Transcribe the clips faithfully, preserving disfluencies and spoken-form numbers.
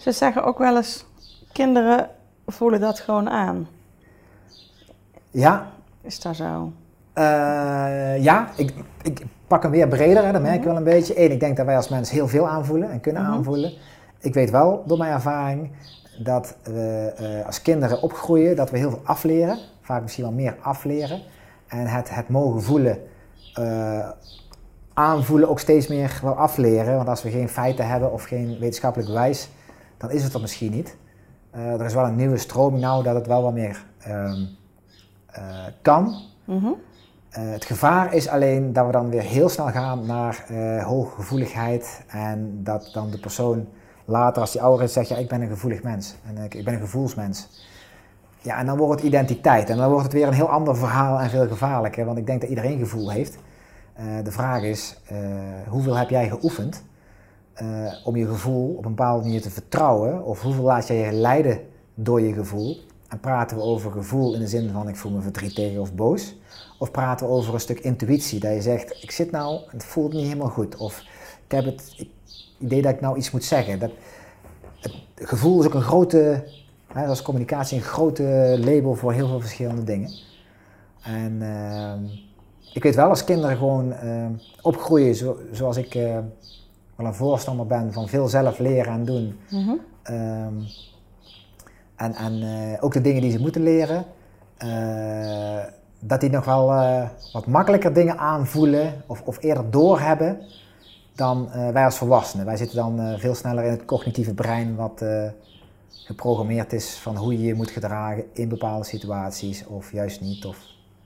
Ze zeggen ook wel eens, kinderen voelen dat gewoon aan. Ja. Is dat zo? Uh, ja, ik, ik pak hem weer breder, hè, dat merk ik wel een beetje. Eén, ik denk dat wij als mens heel veel aanvoelen en kunnen mm-hmm. aanvoelen. Ik weet wel, door mijn ervaring, dat we uh, als kinderen opgroeien, dat we heel veel afleren. Vaak misschien wel meer afleren. En het, het mogen voelen, uh, aanvoelen ook steeds meer wel afleren. Want als we geen feiten hebben of geen wetenschappelijk bewijs, dan is het er misschien niet. Uh, er is wel een nieuwe stroming nou dat het wel wat meer um, uh, kan. Mm-hmm. Uh, het gevaar is alleen dat we dan weer heel snel gaan naar uh, hoge gevoeligheid en dat dan de persoon later als die ouder is zegt, ja, ik ben een gevoelig mens en ik, ik ben een gevoelsmens. Ja, en dan wordt het identiteit en dan wordt het weer een heel ander verhaal en veel gevaarlijker, want ik denk dat iedereen gevoel heeft. Uh, de vraag is, uh, hoeveel heb jij geoefend uh, om je gevoel op een bepaalde manier te vertrouwen of hoeveel laat jij je leiden door je gevoel? En praten we over gevoel in de zin van ik voel me verdrietig of boos? Of praten we over een stuk intuïtie, dat je zegt, ik zit nou, het voelt niet helemaal goed. Of ik heb het ik, idee dat ik nou iets moet zeggen. Dat, het gevoel is ook een grote, hè, zoals communicatie, een grote label voor heel veel verschillende dingen. En uh, ik weet wel, als kinderen gewoon uh, opgroeien zo, zoals ik uh, wel een voorstander ben van veel zelf leren en doen. Mm-hmm. Um, en en uh, ook de dingen die ze moeten leren. Uh, dat die nog wel uh, wat makkelijker dingen aanvoelen of, of eerder doorhebben dan uh, wij als volwassenen. Wij zitten dan uh, veel sneller in het cognitieve brein wat uh, geprogrammeerd is van hoe je je moet gedragen in bepaalde situaties of juist niet. Of...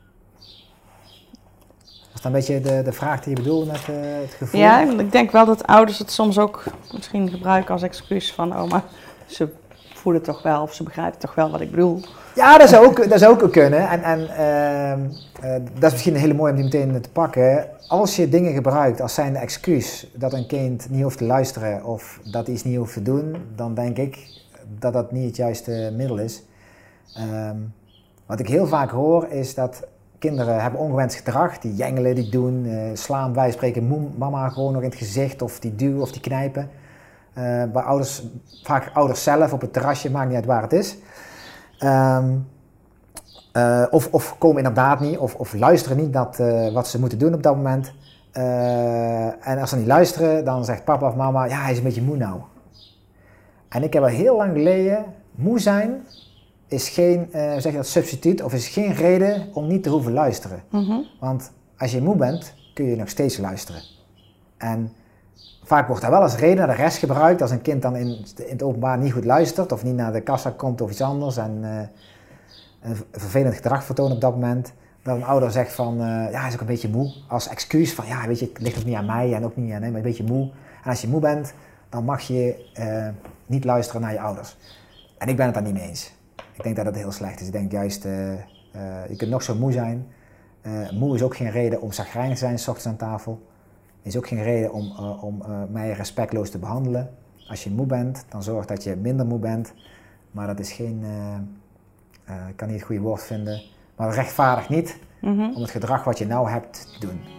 Was dat een beetje de, de vraag die je bedoelde met uh, het gevoel? Ja, ik denk wel dat ouders het soms ook misschien gebruiken als excuus van oh, maar ze voelen toch wel of ze begrijpen toch wel wat ik bedoel. Ja, dat zou ook, dat zou ook kunnen. En, en uh, uh, dat is misschien een hele mooie om die meteen te pakken. Als je dingen gebruikt als zijnde excuus dat een kind niet hoeft te luisteren of dat hij iets niet hoeft te doen, dan denk ik dat dat niet het juiste middel is. Um, wat ik heel vaak hoor is dat kinderen hebben ongewenst gedrag, die jengelen, die doen, uh, slaan, wij spreken mama gewoon nog in het gezicht of die duwen of die knijpen. Uh, bij ouders, vaak ouders zelf op het terrasje, maakt niet uit waar het is. Um, uh, of, of komen inderdaad niet, of, of luisteren niet dat, uh, wat ze moeten doen op dat moment. Uh, en als ze niet luisteren, dan zegt papa of mama, ja, hij is een beetje moe nou. En ik heb al heel lang geleden, moe zijn is geen, uh, zeg je dat, substituut of is geen reden om niet te hoeven luisteren. Mm-hmm. Want als je moe bent, kun je nog steeds luisteren. En vaak wordt dat wel als reden naar de rest gebruikt als een kind dan in, in het openbaar niet goed luistert of niet naar de kassa komt of iets anders en uh, een vervelend gedrag vertoont op dat moment. Dat een ouder zegt van, uh, ja, hij is ook een beetje moe. Als excuus van, ja, weet je, het ligt ook niet aan mij en ook niet aan hem, maar een beetje moe. En als je moe bent, dan mag je uh, niet luisteren naar je ouders. En ik ben het daar niet mee eens. Ik denk dat dat heel slecht is. Ik denk juist, uh, uh, je kunt nog zo moe zijn. Uh, moe is ook geen reden om chagrijnig te zijn 's ochtends aan tafel. Is ook geen reden om, uh, om uh, mij respectloos te behandelen. Als je moe bent, dan zorg dat je minder moe bent. Maar dat is geen, uh, uh, ik kan niet het goede woord vinden, maar rechtvaardig niet mm-hmm. om het gedrag wat je nou hebt te doen.